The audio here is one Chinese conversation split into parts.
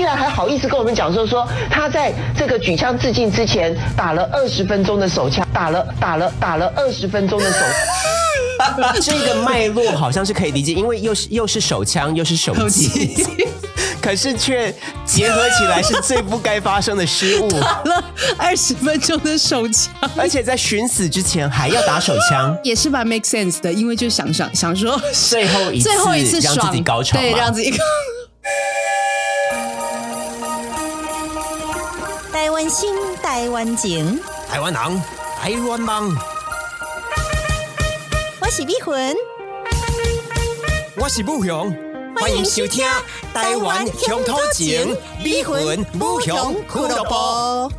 竟然还好意思跟我们讲说他在这个举枪自尽之前打了20分钟的手枪，打了20分钟的手枪。 这个脉络好像是可以理解，因为又是手枪又是手机，可是却结合起来是最不该发生的失误。 打了20分钟的手枪， 而且在寻死之前还要打手枪， 也是蛮 make sense 的，因为就想说最后一次让自己高潮嘛， 对，让自己台湾心，台湾情， 台湾人，台湾梦。 我是美魂， 我是武雄，欢迎收听台湾乡土情，美魂武雄俱乐部。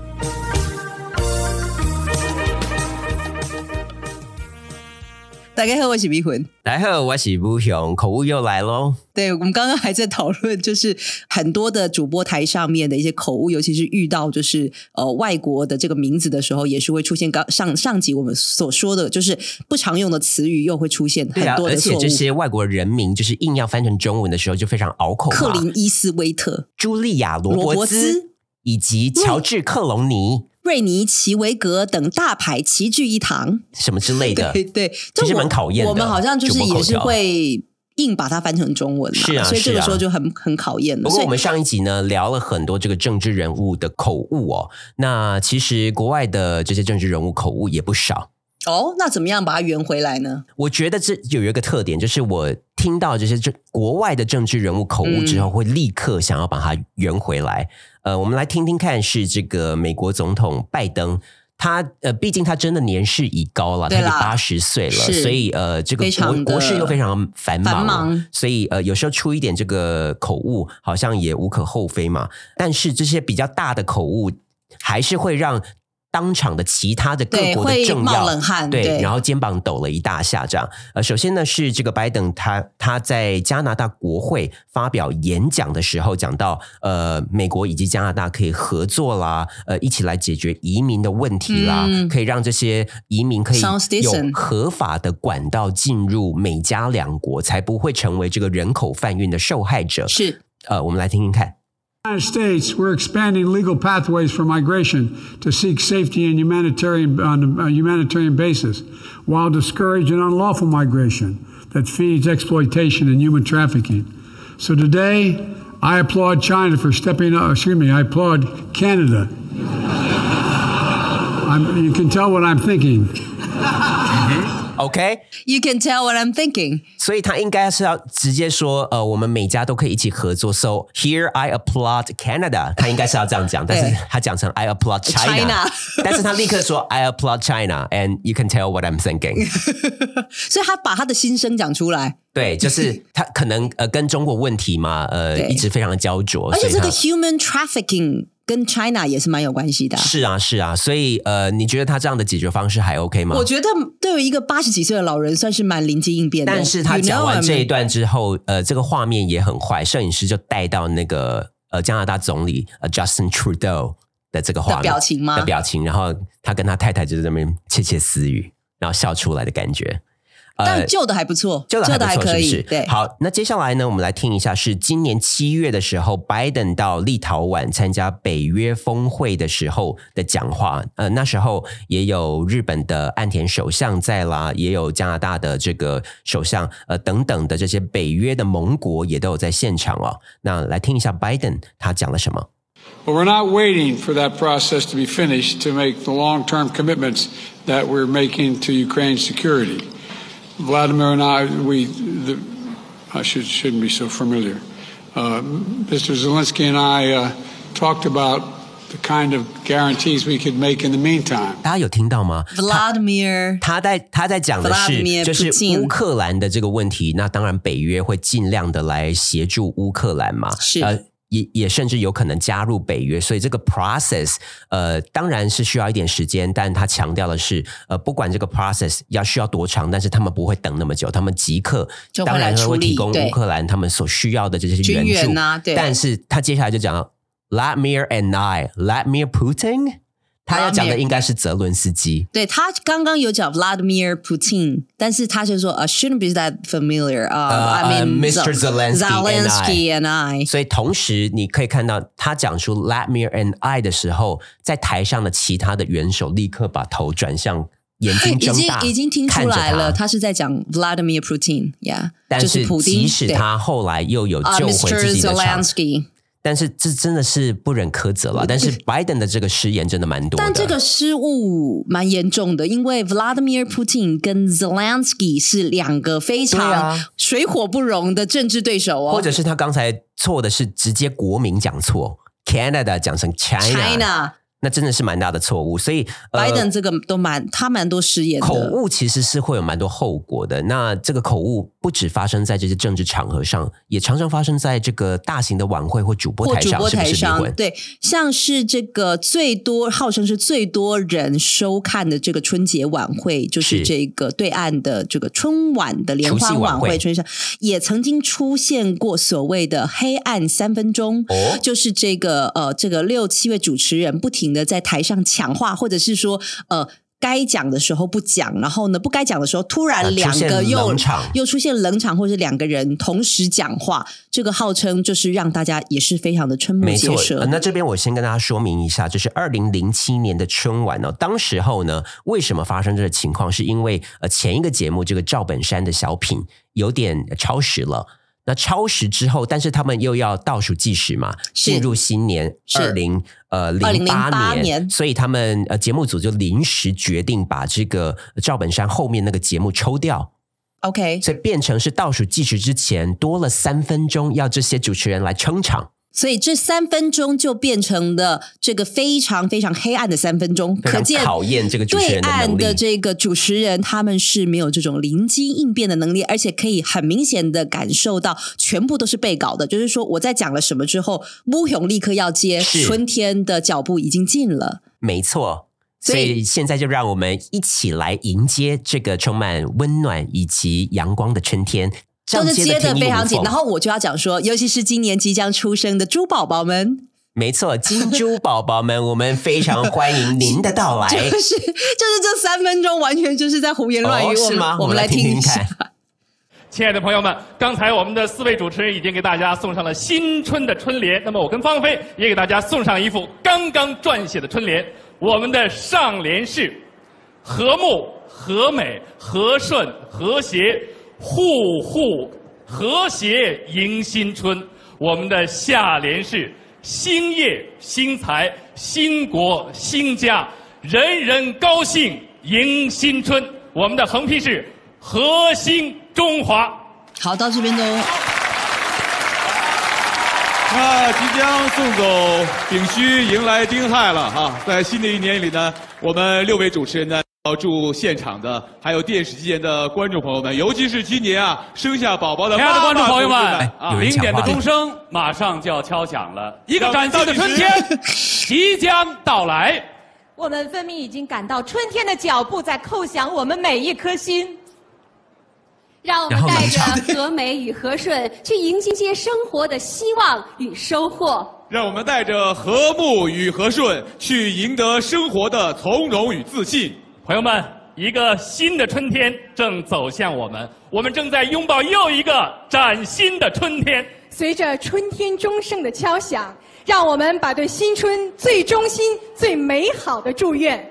大家好，我是美魂。 大家好，我是武雄，口误又来咯。 对，我们刚刚还在讨论，就是很多的主播台上面的一些口误，尤其是遇到就是外国的这个名字的时候，也是会出现上集我们所说的，就是不常用的词语又会出现很多的错误。 而且这些外国人名就是硬要翻成中文的时候就非常拗口嘛。 克林伊斯威特、 茱莉亚罗伯兹以及乔治克隆尼。 瑞尼奇维格等大牌齐聚一堂， 什么之类的， 对， 其实蛮考验的。 我们好像就是也是会硬把它翻成中文嘛， 是啊， 所以这个时候就很考验了。 不过我们上一集呢聊了很多这个政治人物的口误哦，那其实国外的这些政治人物口误也不少。 哦，那怎么样把它圆回来呢？ 我觉得这有一个特点，就是我听到这些国外的政治人物口误之后，会立刻想要把它圆回来。我们来听听看，是这个美国总统拜登，他毕竟他真的年事已高了，他已经80岁了，所以这个国事又非常繁忙，所以有时候出一点这个口误，好像也无可厚非嘛。但是这些比较大的口误，还是会让当场的其他的各国的政要冒冷汗， 对，然后肩膀抖了一大下这样。首先呢是这个拜登他在加拿大国会发表演讲的时候讲到美国以及加拿大可以合作啦，一起来解决移民的问题啦，可以让这些移民可以有合法的管道进入美加两国，才不会成为这个人口贩运的受害者。 是我们来听听看。 In the United States, we're expanding legal pathways for migration to seek safety and on a humanitarian basis, while discouraging unlawful migration that feeds exploitation and human trafficking. So today, I applaud China for stepping up. I applaud Canada. You can tell what I'm thinking. OK, You can tell what I'm thinking. 所以他应该是要直接说我们美加都可以一起合作 So here I applaud Canada 他应该是要这样讲但是他讲成 I applaud China 但是他立刻說 I applaud China And you can tell what I'm thinking 所以他把他的心声讲出来。 对，就是他可能跟中国问题嘛一直非常的焦灼， 而且这个 human trafficking跟 China 也是蛮有关系的。 是啊是啊，所以你觉得他这样的解决方式还 OK 吗？ 我觉得对于一个80几岁的老人算是蛮灵机应变的。 但是他讲完这一段之后这个画面也很坏，摄影师就带到那个加拿大总理Justin Trudeau 的这个画面的表情，然后他跟他太太就在那边窃窃私语，然后笑出来的感觉。 但旧的还不错，旧的还可以， 是不是？ 对。 好，那接下来呢，我们来听一下，是今年7月的时候，拜登到立陶宛参加北约峰会的时候的讲话。那时候也有日本的岸田首相在啦，也有加拿大的这个首相等等的这些北约的盟国也都有在现场哦。那来听一下拜登他讲了什么。 But we're not waiting for that process to be finished to make the long-term commitments that we're making to Ukraine's security.Vladimir and I shouldn't be so familiar. Mr. Zelensky and I talked about the kind of guarantees we could make in the meantime. 大家有听到吗 ？Vladimir 他在讲的是就是乌克兰的这个问题，那当然北约会尽量的来协助乌克兰嘛。 是。 也甚至有可能加入北约，所以这个 process 当然是需要一点时间，但他强调的是不管这个 process 需要多长，但是他们不会等那么久，他们即刻当然会提供乌克兰他们所需要的这些援助， 对， 但是他接下来就讲到 Vladimir and I Vladimir Putin 他要讲的应该是泽伦斯基。 对，他刚刚有讲 Vladimir Putin， 但是他就说shouldn't be that familiar. I mean, Mr. Zelensky and I. 所以同时你可以看到他讲出 Vladimir and I 的时候，在台上的其他的元首立刻把头转向，眼睛睁大， 已经听出来了，他是在讲 Vladimir Putin， 但是即使他后来又有救回自己的场。但是这真的是不忍苛责了。但是 Biden 的这个失言真的蛮多的， 但这个失误蛮严重的，因为 Vladimir Putin 跟 Zelensky 是两个非常水火不容的政治对手哦。 或者是他刚才错的是直接国名讲错 ，Canada 讲成 China。那真的是蛮大的错误，所以 Biden 这个他蛮多失言的， 口误其实是会有蛮多后果的。那这个口误不只发生在这些政治场合上，也常常发生在这个大型的晚会或主播台上，是不是离婚？ 对，像是这个号称是最多人收看的这个春节晚会，就是这个对岸的这个春晚的联欢晚会，也曾经出现过所谓的黑暗3分钟，就是这个6-7位主持人不停的在台上抢话，或者是说该讲的时候不讲，然后呢不该讲的时候突然两个又出现冷场，或者是两个人同时讲话，这个号称就是让大家也是非常的瞠目结舌。 那这边我先跟大家说明一下，就是2007年的春晚当时候呢为什么发生这个情况，是因为前一个节目这个赵本山的小品有点超时了。那超时之后，但是他们又要倒数计时嘛，进入新年2008年，所以他们节目组就临时决定把这个赵本山后面那个节目抽掉。 OK， 所以变成是倒数计时之前多了3分钟，要这些主持人来撑场。 所以这3分钟就变成了这个非常非常黑暗的3分钟，可见考验这个主持人的能力。 对岸的这个主持人他们是没有这种灵机应变的能力，而且可以很明显的感受到全部都是背稿的，就是说我在讲了什么之后，穆勇立刻要接，春天的脚步已经近了。 没错。所以现在就让我们一起来迎接这个充满温暖以及阳光的春天。 就是接得非常紧，然后我就要讲说，尤其是今年即将出生的猪宝宝们， 没错，金猪宝宝们，我们非常欢迎您的到来。 就是这3分钟完全就是在胡言乱语， 是吗？ 我们来听一下。 亲爱的朋友们，刚才我们的4位主持人已经给大家送上了新春的春联，那么我跟芳菲也给大家送上一副刚刚撰写的春联。我们的上联是和睦、和美、和顺、和谐。户户和谐迎新春，我们的下联是兴业兴财兴国兴家，人人高兴迎新春。我们的横批是和兴中华。 好，到这边都。 那即将送走丙戌，迎来丁亥了哈。在新的一年里呢，我们6位主持人呢。要祝现场的还有电视机前的观众朋友们，尤其是今年生下宝宝的亲爱的观众朋友们 ，0 点的钟声马上就要敲响了，一个崭新的春天即将到来。 我们分明已经感到春天的脚步在叩响我们每一颗心，让我们带着和美与和顺去迎接生活的希望与收获。 让我们带着和睦与和顺去赢得生活的从容与自信。 朋友们，一个新的春天正走向我们，我们正在拥抱又一个崭新的春天。 随着春天钟声的敲响，让我们把对新春最衷心、最美好的祝愿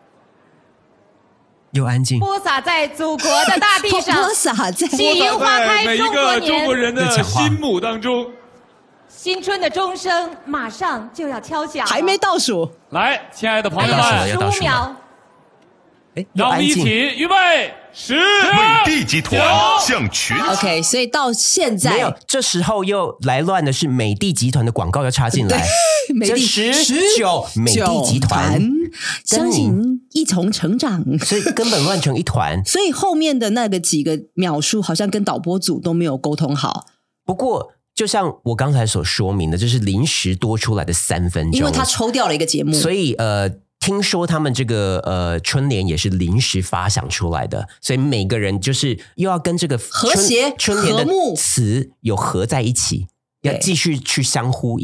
又安静， 播撒在祖国的大地上， 播撒在喜迎花开每一个中国人的心目当中。 新春的钟声马上就要敲响， 还没倒数。 来，亲爱的朋友们 ，15秒。 让我们一起预备10、 美的集团向全 OK， 所以到现在没有，这时候又来乱的是美的集团的广告要插进来。 美的 19美的集团相信一同成长， 所以根本乱成一团。 所以后面的那个几个秒数好像跟导播组都没有沟通好。 不过就像我刚才所说明的，这是临时多出来的3分钟， 因为他抽掉了一个节目， 所以听说他们这个春联也是临时发想出来的，所以每个人就是又要跟这个和谐春联的词有合在一起，要继续去相呼应。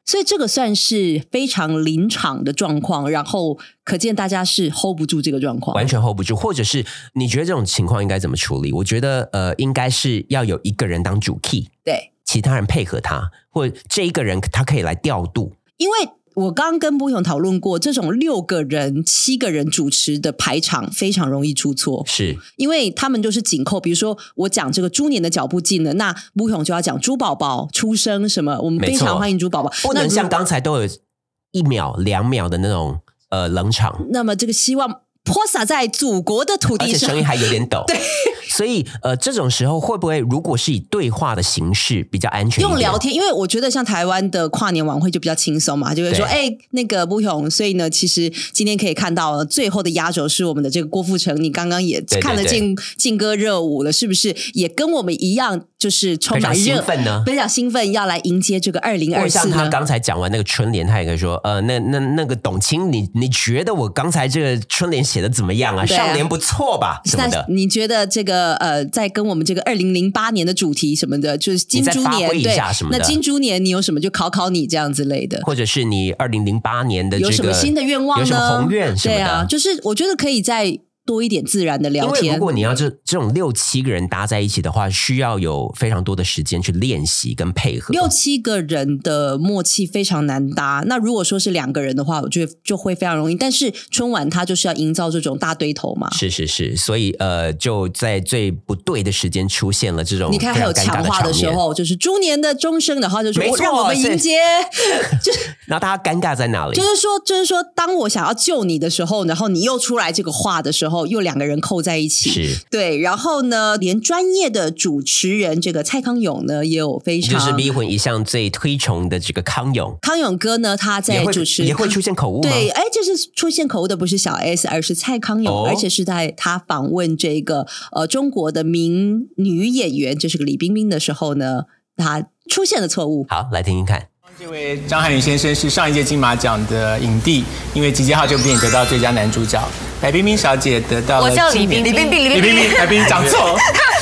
所以这个算是非常临场的状况，然后可见大家是 hold 不住这个状况， 完全 hold 不住。或者是你觉得这种情况应该怎么处理？我觉得应该是要有一个人当主 key， 对， 其他人配合他，或者这一个人他可以来调度。 因为我刚刚跟波勇讨论过，这种6个人、7个人主持的排场非常容易出错， 是因为他们就是紧扣，比如说我讲这个猪年的脚步近了，那波勇就要讲猪宝宝出生什么，我们非常欢迎猪宝宝， 不能像刚才都有1秒、2秒的那种冷场。 那么这个希望泼洒在祖国的土地上， 而且声音还有点抖， 对。 所以这种时候会不会如果是以对话的形式比较安全一点？ 用聊天，因为我觉得像台湾的跨年晚会就比较轻松嘛，就会说那个不勇，所以呢其实今天可以看到最后的压轴是我们的这个郭富城，你刚刚也看了劲歌热舞了，是不是也跟我们一样就是充满热兴奋呢？ 非常兴奋要来迎接这个2024呢？ 像他刚才讲完那个春联，他也可以说那个董卿，你觉得我刚才这个春联写的怎么样啊？上联不错吧？什么的？ 你觉得这个在跟我们这个2008年的主题什么的，就是金猪年，对，那金猪年你有什么就考你这样之类的， 或者是你2008年的有什么新的愿望呢？ 有什么宏愿什么的？ 对啊，就是我觉得可以在多一点自然的聊天。 因为如果你要这种6、7个人搭在一起的话，需要有非常多的时间去练习跟配合。 6、7个人的默契非常难搭。那如果说是2个人的话，我觉得就会非常容易。但是春晚它就是要营造这种大堆头嘛。 是，所以就在最不对的时间出现了这种。 你看还有强化的时候，就是猪年的钟声，然后就是让我们迎接， 然后大家尴尬在哪里？ 就是说，当我想要救你的时候，然后你又出来这个话的时候。又2个人扣在一起， 是对，然后呢，连专业的主持人这个蔡康永呢，也有非常就是迷魂一向最推崇的这个康永哥呢，他在主持也会出现口误吗？ 对，这是出现口误的不是小 S， 而是蔡康永，而且是在他访问这个中国的名女演员，就是个李冰冰的时候呢，他出现了错误。 好，来听听看。 这位张涵予先生是上一届金马奖的影帝，因为《集结号》这部电影得到最佳男主角。白冰冰小姐得到了， 我叫李冰冰， 白冰冰讲错。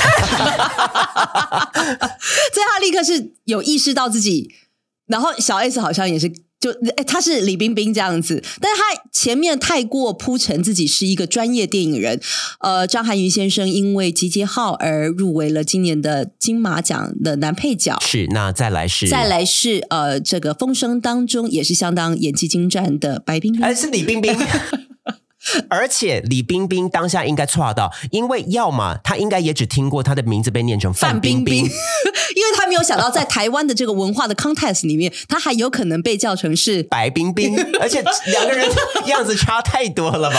所以他立刻是有意识到自己，然后小 S 好像也是。就他是李冰冰这样子，但是他前面太过铺陈自己是一个专业电影人。张涵予先生因为《集结号》而入围了今年的金马奖的男配角。 是，那再来是这个风声当中也是相当演技精湛的白冰冰， 是李冰冰。而且李冰冰当下应该错到，因为要么他应该也只听过他的名字被念成范冰冰， 因为他没有想到在台湾的这个文化的 context 里面，他还有可能被叫成是白冰冰，而且2个人样子差太多了吧？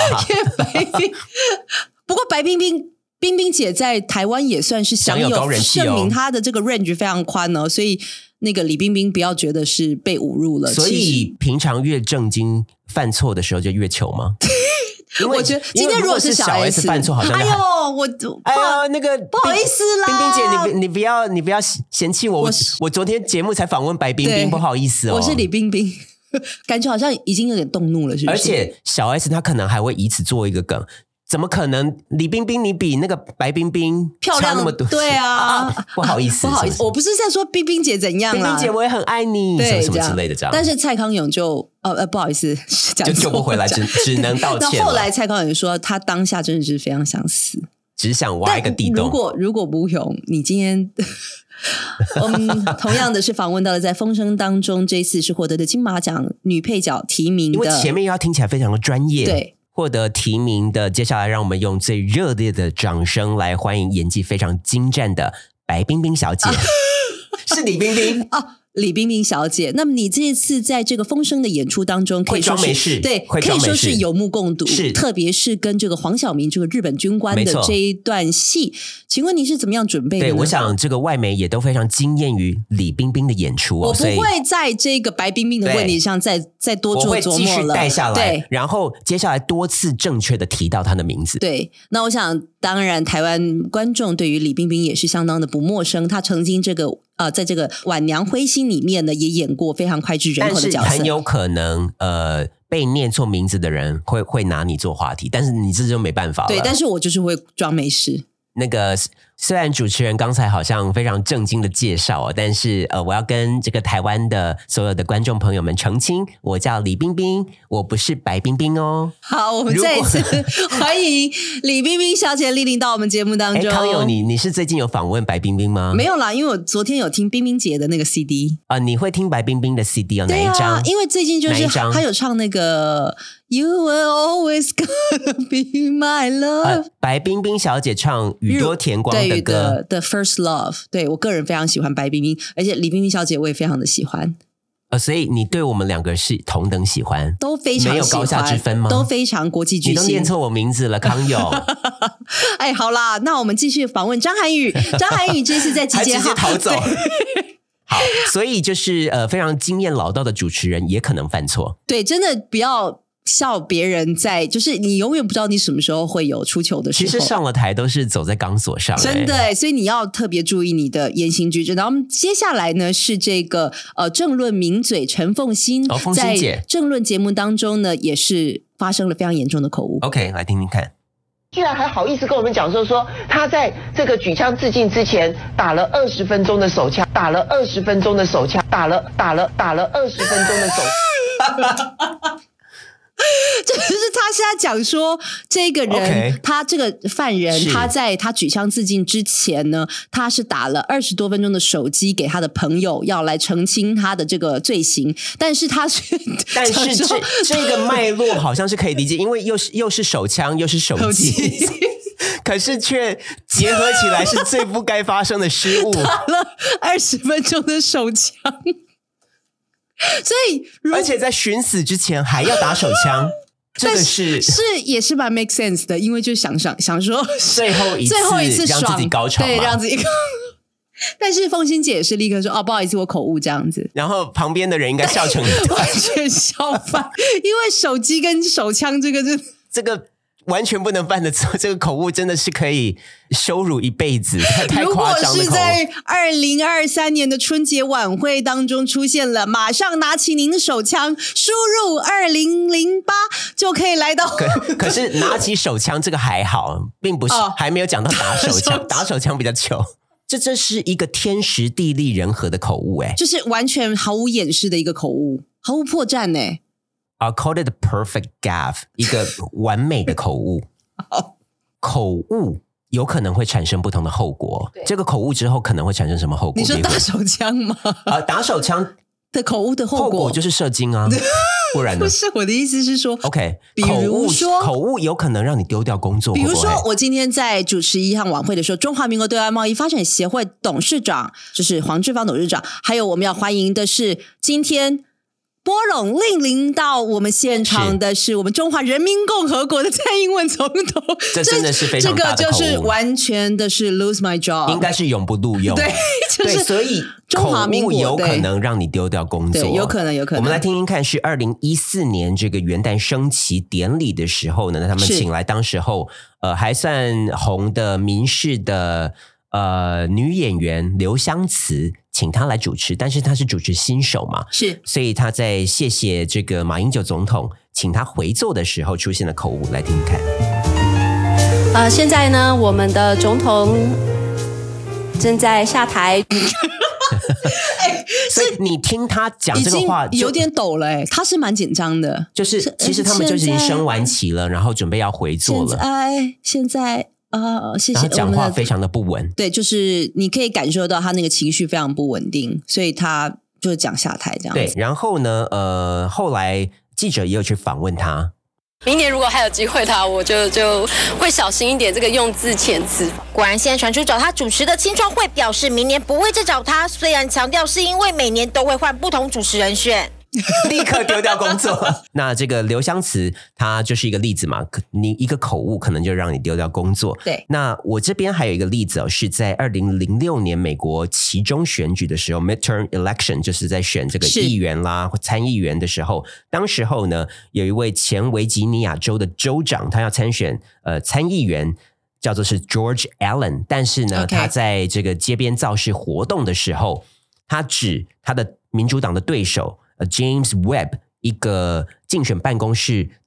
不过白冰冰姐在台湾也算是享有高人气，证明她的这个 range 非常宽哦，所以那个李冰冰不要觉得是被侮辱了。 所以平常越正经犯错的时候就越糗吗？ 我觉得今天如果是小 S 犯错，好像那个不好意思啦， 冰冰姐，你不要嫌弃我。我昨天节目才访问白冰冰，不好意思哦。 我是李冰冰，感觉好像已经有点动怒了，是不是？ 而且小 S 她可能还会以此做一个梗。怎么可能？李冰冰你比那个白冰冰漂亮那么多？ 对啊， 不好意思， 我不是在说冰冰姐怎样啦， 冰冰姐我也很爱你， 对， 什么之类的这样。 但是蔡康永就不好意思， 就救不回来，只能道歉。 那后来蔡康永说，他当下真的是非常想死， 只想挖一个地洞。 如果不勇，你今天。同样的是访问到了在风声当中，这一次是获得的金马奖女配角提名的， 因为前面又要听起来非常的专业， 对。 获得提名的，接下来让我们用最热烈的掌声来欢迎演技非常精湛的白冰冰小姐，是李冰冰李冰冰小姐。那么你这次在这个风声的演出当中，可以说是对，可以说是有目共睹，特别是跟这个黄晓明这个日本军官的这一段戏，请问你是怎么样准备的呢？ 对，我想这个外媒也都非常惊艳于李冰冰的演出我不会在这个白冰冰的问题上再多做琢磨了，我会继续带下来，对，然后接下来多次正确的提到她的名字。 对，那我想当然台湾观众对于李冰冰也是相当的不陌生，她曾经在这个晚娘灰心里面呢，也演过非常脍炙人口的角色， 但是很有可能被念错名字的人会拿你做话题，但是你这就没办法了。 对，但是我就是会装没事。 那个虽然主持人刚才好像非常正经的介绍但是我要跟这个台湾的所有的观众朋友们澄清，我叫李冰冰，我不是白冰冰哦。 好，我们再一次欢迎李冰冰小姐莅临到我们节目当中。 康友，你是最近有访问白冰冰吗？ 没有啦，因为我昨天有听冰冰姐的那个 CD 你会听白冰冰的 CD 哪一张？ 因为最近就是她有唱那个 You will always gonna be my love， 白冰冰小姐唱宇多田光的歌的 First Love， 对，我个人非常喜欢白冰冰，而且李冰冰小姐我也非常的喜欢。 所以你对我们两个是同等喜欢， 都非常喜欢， 没有高下之分吗？ 都非常国际巨星。 你都念错我名字了，康友。 哎，好啦，那我们继续访问张涵予。张涵予这次在集结号还直接逃走。好，所以就是非常经验老道的主持人也可能犯错。 对，真的不要笑别人在，就是你永远不知道你什么时候会有出糗的时候。 其实上了台都是走在钢索上， 真的，所以你要特别注意你的言行举止。然后接下来呢是这个政论名嘴陈凤馨，在政论节目当中呢也是发生了非常严重的口误。 OK， 来听听看。 居然还好意思跟我们讲说他在这个举枪自尽之前打了20分钟的手枪，打了20分钟的手枪，打了20分钟的手枪。 就是他现在讲说这个人他这个犯人他在他举枪自尽之前呢，他是打了20多分钟的手机给他的朋友要来澄清他的这个罪行，但是这个脉络好像是可以理解，因为又是手枪又是手机可是却结合起来是最不该发生的失误， 打了20分钟的手枪，所以而且在寻死之前还要打手枪，这个也是蛮 make sense 的，因为就想说最后一次爽让自己高潮， 对，让自己但是凤馨姐也是立刻说不好意思我口误这样子， 然后旁边的人应该笑成一团， 完全笑翻，因为手机跟手枪这个完全不能犯的错，这个口误真的是可以羞辱一辈子，太夸张的口误。 如果是在2023年的春节晚会当中出现了，马上拿起您的手枪，输入2008就可以来到。 可是拿起手枪这个还好，并不是还没有讲到打手枪，打手枪比较糗。这是一个天时地利人和的口误， 就是完全毫无掩饰的一个口误，毫无破绽 I called it a perfect gaffe， 一个完美的口误。口误有可能会产生不同的后果。这个口误之后可能会产生什么后果？ 你说打手枪吗？ 打手枪的口误的后果就是射精啊，不然呢？ 不是，我的意思是说 ，OK， 比如说口误有可能让你丢掉工作。 比如说，我今天在主持一项晚会的时候，中华民国对外贸易发展协会董事长就是黄志芳董事长，还有我们要欢迎的是今天波隆莅临到我们现场的是我们中华人民共和国的蔡英文总统， 这真的是非常大的口误， 这个就是完全的是 lose my job， 应该是永不录用。 对，就是所以口误有可能让你丢掉工作， 对，有可能。 我们来听听看，是2014年这个元旦升旗典礼的时候呢，他们请来当时候还算红的民视的女演员刘湘慈，请她来主持，但是她是主持新手嘛， 是， 所以她在谢谢这个马英九总统请她回座的时候出现了口误，来听听看。 现在呢，我们的总统正在下台。 所以你听他讲这个话已经有点抖了他是蛮紧张的， 就是其实他们就已经升完旗了，然后准备要回座了。 现在谢谢。 然后讲话非常的不稳， 对，就是你可以感受到他那个情绪非常不稳定，所以他就讲下台这样子。 对，然后呢，后来记者也有去访问他。 明年如果还有机会我就会小心一点这个用字遣词。 果然现在传出找他主持的青创会表示明年不会再找他，虽然强调是因为每年都会换不同主持人选。 立刻丢掉工作。那这个刘湘慈他就是一个例子嘛，你一个口误可能就让你丢掉工作。 对， 那我这边还有一个例子是在2006年美国期中选举的时候 midterm election， 就是在选这个议员啦或参议员的时候，当时候呢有一位前维吉尼亚州的州长，他要参选参议员，叫做是 George Allen， 但是呢他在这个街边造势活动的时候，他指他的民主党的对手James Webb 一个竞选办公室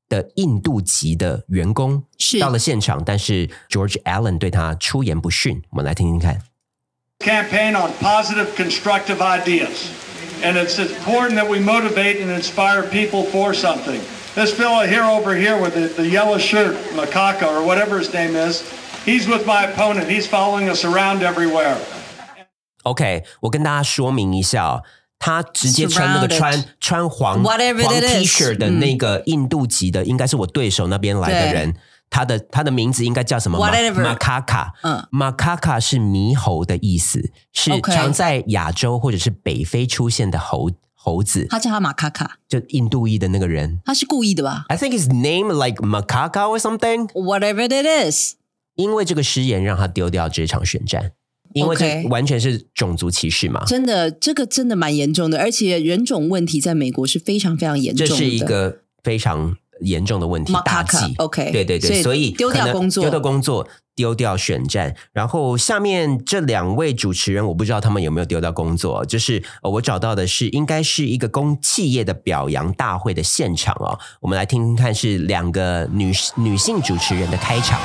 的印度籍的员工到了现场，但是 George Allen 对他出言不逊。我们来听听看。 Campaign on positive, constructive ideas, and it's important that we motivate and inspire people for something. This fellow here over here with the yellow shirt, Makaka or whatever his name is, he's with my opponent. He's following us around everywhere. OK， 我跟大家说明一下哦。他直接穿那个穿黄 T 恤的那个印度籍的，应该是我对手那边来的人。他的名字应该叫什么 ？Makaka。Makaka 是猕猴的意思，是常在亚洲或者是北非出现的猴子。 他叫他Makaka， 就印度裔的那个人。 他是故意的吧 ？I think his name like Makaka or something. Whatever it is。 因为这个失言让他丢掉这场选战。因为这完全是种族歧视嘛， 真的，这个真的蛮严重的，而且人种问题在美国是非常非常严重的， 这是一个非常严重的问题，大忌。 OK， 对，所以丢掉工作， 丢掉选战。然后下面这2位主持人，我不知道他们有没有丢掉工作，就是我找到的是应该是一个企业的表扬大会的现场哦，我们来听听看是2个女性主持人的开场。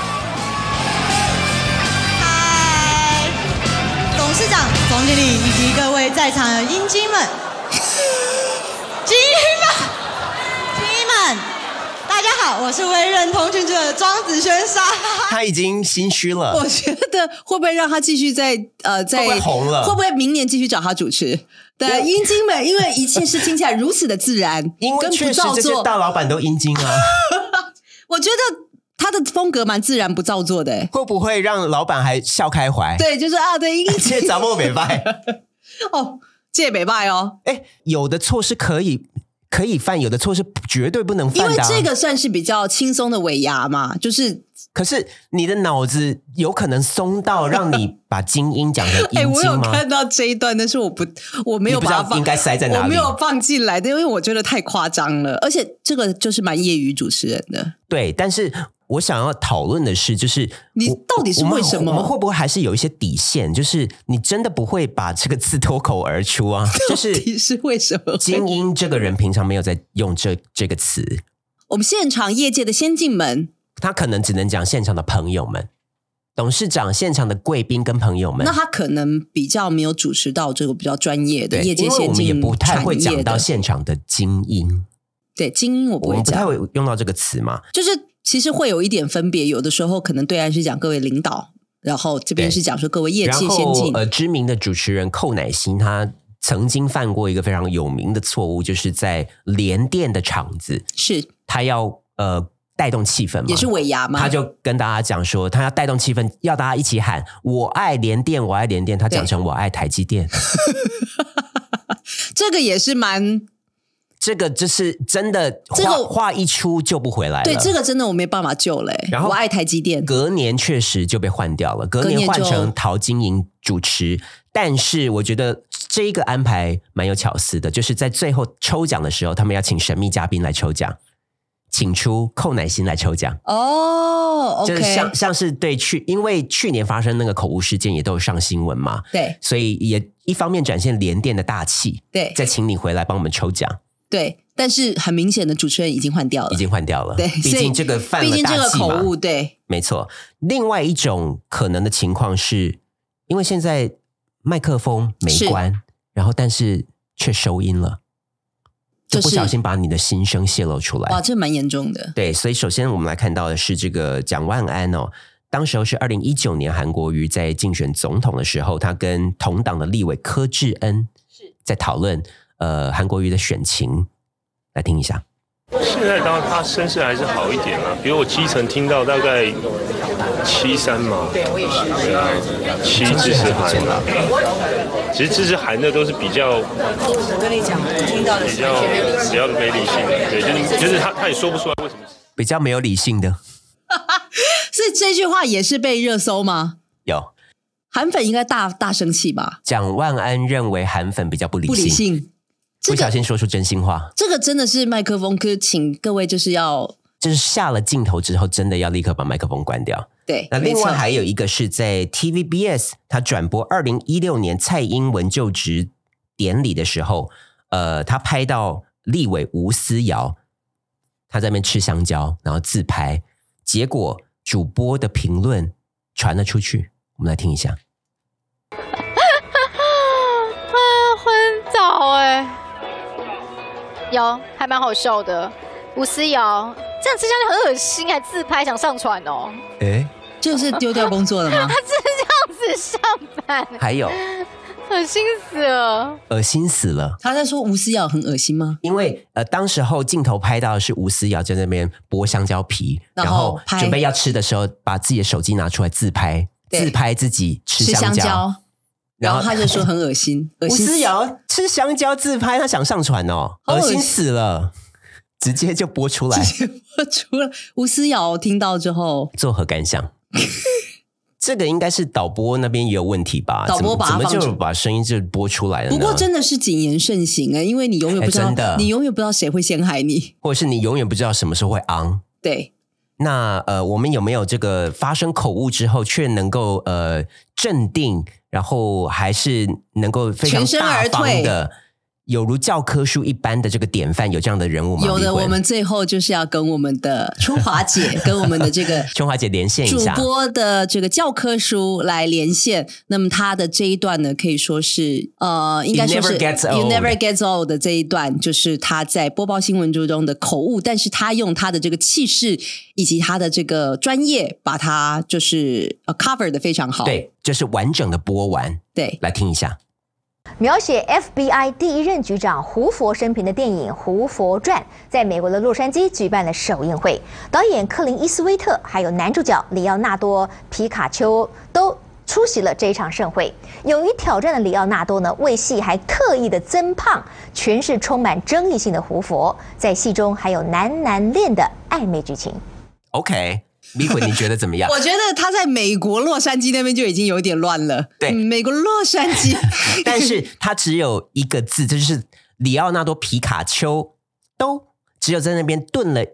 董事长、总经理以及各位在场的英精们、精英们，大家好，我是为人同群者庄子轩莎。 他已经心虚了， 我觉得会不会让他继续在会不会红了？ 会不会明年继续找他主持？对，英精们，因为一切事听起来如此的自然， 因为确实这些大老板都英精啊。 我觉得。他的风格蛮自然不造作的， 会不会让老板还笑开怀？ 对，就是对， 这咱们没败哦，这没败哦。 有的错是可以犯，有的错是绝对不能犯的。 因为这个算是比较轻松的尾牙嘛，就是。 可是你的脑子有可能松到让你把精英讲成阴茎吗？ 我有看到这一段，但是我没有把它放， 应该塞在哪里？ 我没有放进来，因为我觉得太夸张了，而且这个就是蛮业余主持人的。 对，但是我想要讨论的是，就是你到底是为什么？ 我们会不会还是有一些底线？就是你真的不会把这个字脱口而出啊？就是是为什么？ 精英这个人平常没有在用这个词。 我们现场业界的先进们。 他可能只能讲现场的朋友们，董事长、现场的贵宾跟朋友们。 那他可能比较没有主持到这个比较专业的业界先进， 因为我们也不太会讲到现场的精英。 对，精英我不会讲， 我们不太会用到这个词嘛。 就是其实会有一点分别，有的时候可能对岸是讲各位领导，然后这边是讲说各位业界先进。 知名的主持人寇乃馨他曾经犯过一个非常有名的错误，就是在联电的场子， 是他要带动气氛嘛， 也是尾牙嘛， 他就跟大家讲说，他要带动气氛，要大家一起喊“我爱联电，我爱联电”，他讲成“我爱台积电”， 这个也是蛮， 这个就是真的， 这个话一出救不回来了。 对，这个真的我没办法救了。 然后我爱台积电， 隔年确实就被换掉了，隔年换成陶晶莹主持。但是我觉得这一个安排蛮有巧思的，就是在最后抽奖的时候，他们要请神秘嘉宾来抽奖。请出寇乃馨来抽奖哦， 就是像是对因为去年发生那个口误事件也都有上新闻嘛， 对， 所以也一方面展现联电的大气， 对， 再请你回来帮我们抽奖， 对，但是很明显的主持人已经换掉了，对， 毕竟这个犯了大忌嘛，毕竟这个口误，对， 没错。另外一种可能的情况是，因为现在麦克风没关，然后但是却收音了。就不小心把你的心声泄露出来， 哇，这蛮严重的。 对，所以首先我们来看到的是这个蒋万安哦，当时候是2019年韩国瑜在竞选总统的时候，他跟同党的立委柯志恩在讨论韩国瑜的选情，来听一下。 现在当然他声势还是好一点了，比如我基层听到大概73嘛，对，我也是7支持韩啦。其实支持韩的都是比较， 我跟你讲，听到的是比较非理性的，对，就是他也说不出来为什么比较没有理性的。 所以这句话也是被热搜吗？ 有， 韩粉应该大生气吧？ 蒋万安认为韩粉比较不理性。 不小心说出真心话， 这个真的是麦克风，可请各位就是下了镜头之后，真的要立刻把麦克风关掉。 对， 那另外还有一个是在 TVBS， 他转播2016年蔡英文就职典礼的时候，他拍到立委吴思瑶， 他在那边吃香蕉，然后自拍，结果主播的评论传了出去，我们来听一下。 昏倒哎，有还蛮好笑的，吴思瑶这样吃香蕉很恶心，还自拍想上传哦。 哎， 这是丢掉工作了吗？ 他是这样子上班， 还有。 恶心死了， 恶心死了。 他在说吴思瑶很恶心吗？ 因为当时候镜头拍到的是吴思瑶在那边剥香蕉皮，然后准备要吃的时候，把自己的手机拿出来自拍自己吃香蕉， 然后他就说很恶心。 吴思瑶吃香蕉自拍，他想上传哦，恶心死了，直接就播出来， 直接播出了。吴思瑶听到之后作何感想？这个应该是导播那边也有问题吧？ 导播怎么就把声音就播出来了呢？ 不过真的是谨言慎行因为你永远不知道，你永远不知道谁会陷害你， 或者是你永远不知道什么时候会昂。 对， 那我们有没有这个发生口误之后却能够镇定，然后还是能够非常大方的？有如教科书一般的这个典范，有这样的人物吗？ 有的，我们最后就是要跟我们的春华姐跟我们的这个春华姐连线一下， 主播的这个教科书来连线。那么她的这一段呢，可以说是应该说是 You never gets old 的这一段，就是她在播报新闻中的口误，但是她用她的这个气势以及她的这个专业，把它就是cover 的非常好。 对，就是完整的播完。 对， 来听一下。 描写 FBI 第一任局长胡佛生平的电影《胡佛传》在美国的洛杉矶举办了首映会，导演克林·伊斯威特还有男主角里奥纳多·皮卡丘都出席了这一场盛会。勇于挑战的里奥纳多呢，为戏还特意的增胖，诠释充满争议性的胡佛，在戏中还有男恋的暧昧剧情。 OK。米粉，你觉得怎么样？ 我觉得他在美国洛杉矶那边就已经有点乱了。 对， 美国洛杉矶， 但是他只有一个字，这就是里奥纳多皮卡丘都只有在那边顿了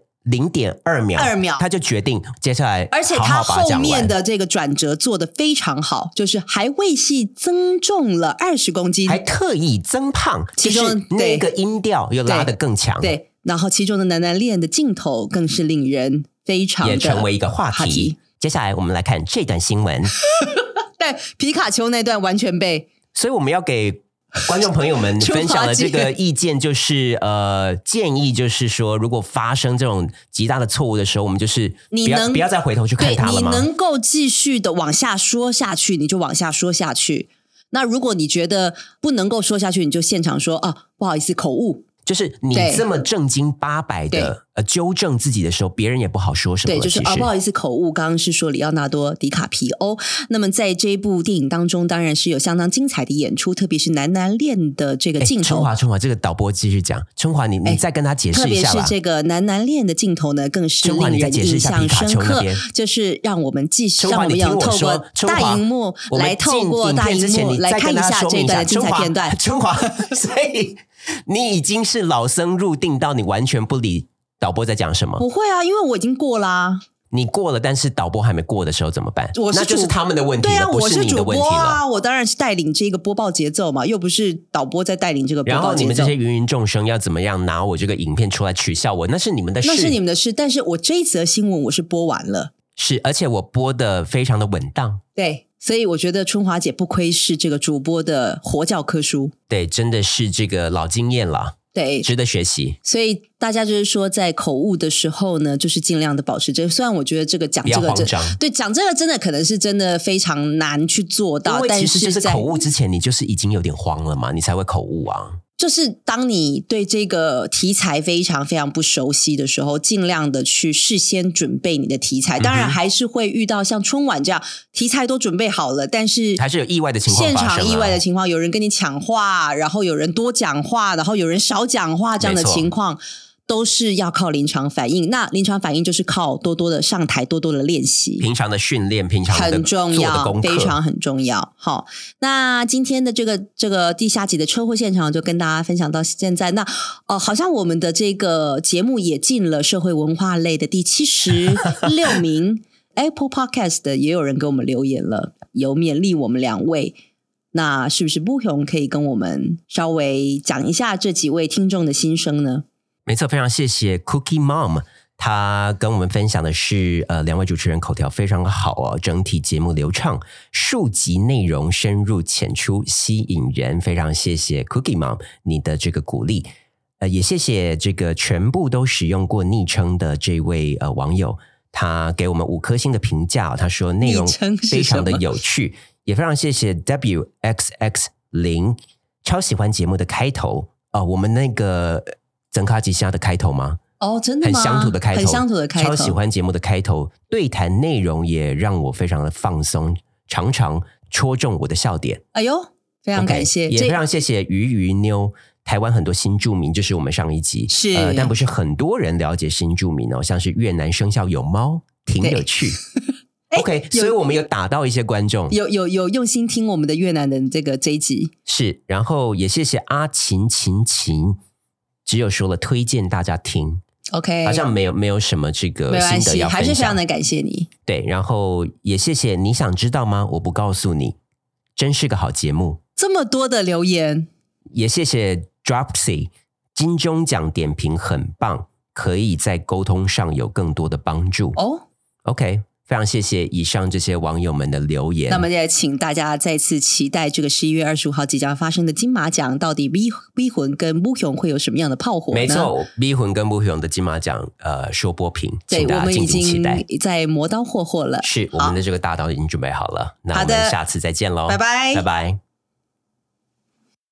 0.2秒，他就决定接下来好好把它讲完。 而且他后面的这个转折做得非常好，就是还为戏增重了20公斤， 还特意增胖，其中那个音调又拉得更强。 对，然后其中的男恋的镜头更是令人非常的也成为一个话题。接下来我们来看这段新闻。 但皮卡丘那段完全被， 所以我们要给观众朋友们分享的这个意见就是建议就是说，如果发生这种极大的错误的时候，我们就是不要再回头去看它了吗？ 你能够继续的往下说下去，你就往下说下去。那如果你觉得不能够说下去，你就现场说不好意思，口误。 就是你这么正经八百的纠正自己的时候，别人也不好说什么了。 对，就是不好意思，口误。刚刚是说里奥纳多·迪卡皮欧。那么在这一部电影当中，当然是有相当精彩的演出，特别是男恋的这个镜头。 春华，这个导播继续讲。春华，你再跟他解释一下吧。 特别是这个男恋的镜头呢，更是令人印象深刻。就是让我们继续，让我们要透过大荧幕来透过大荧幕来看一下这段的精彩片段。 春华，所以你已经是老僧入定到你完全不理导播在讲什么？ 不会啊，因为我已经过啦。 你过了，但是导播还没过的时候怎么办？那就是他们的问题了，不是你的问题了。 我是主播啊，我当然是带领这个播报节奏嘛，又不是导播在带领这个播报节奏。 然后你们这些芸芸众生要怎么样拿我这个影片出来取笑我？那是你们的事， 那是你们的事。但是我这一则新闻我是播完了， 是，而且我播的非常的稳当。 对。所以我觉得春华姐不愧是这个主播的活教科书， 对，真的是这个老经验了， 对， 值得学习。 所以大家就是说，在口误的时候呢，就是尽量的保持这个。虽然我觉得这个讲这个对讲这个真的可能是真的非常难去做到， 但是其实就是口误之前，你就是已经有点慌了嘛，你才会口误啊。 就是当你对这个题材非常非常不熟悉的时候，尽量的去事先准备你的题材。当然还是会遇到像春晚这样题材都准备好了，但是还是有意外的情况发生， 现场意外的情况，有人跟你抢话，然后有人多讲话，然后有人少讲话，这样的情况都是要靠临场反应。那临场反应就是靠多多的上台，多多的练习， 平常的训练，平常的很重要， 做的功课非常很重要。好，那今天的这个地下集的车祸现场就跟大家分享到现在。那好像我们的这个节目也进了社会文化类的第76名Apple Podcast 的也有人给我们留言了，有勉励我们2位。那是不是不雄可以跟我们稍微讲一下这几位听众的心声呢？ 没错，非常谢谢 Cookie Mom， 他跟我们分享的是两位主持人口条非常好哦，整体节目流畅，数集内容深入浅出，吸引人。非常谢谢 Cookie Mom 你的这个鼓励，也谢谢这个全部都使用过昵称的这位网友，他给我们5颗星的评价，他说内容非常的有趣，也非常谢谢 WXX0， 超喜欢节目的开头我们那个曾卡吉虾的开头吗？ 真的吗？ 很乡土的开头， 很乡土的开头， 超喜欢节目的开头，对谈内容也让我非常的放松，常常戳中我的笑点。 哎呦，非常感谢， 也非常谢谢鱼妞。台湾很多新住民，就是我们上一集是， 但不是很多人了解新住民像是越南生肖有猫，挺有趣。OK， 所以我们有打到一些观众， 有用心听我们的越南的这一集是，然后也谢谢阿琴，只有说了推荐大家听。 OK， 好像没有什么这个心得要分享， 还是非常的感谢你。 对，然后也谢谢你想知道吗？我不告诉你，真是个好节目。 这么多的留言， 也谢谢 Dropsy， 金钟奖点评很棒，可以在沟通上有更多的帮助。OK。非常谢谢以上这些网友们的留言。 那么也请大家再次期待这个11月25号即将发生的金马奖，到底 B 魂跟不雄会有什么样的炮火呢？ 没错 ，B 魂跟不雄的金马奖说播评，请大家敬请期待。 我们已经在磨刀霍霍了， 是我们的这个大刀已经准备好了。那我们下次再见喽， 拜拜， 拜拜。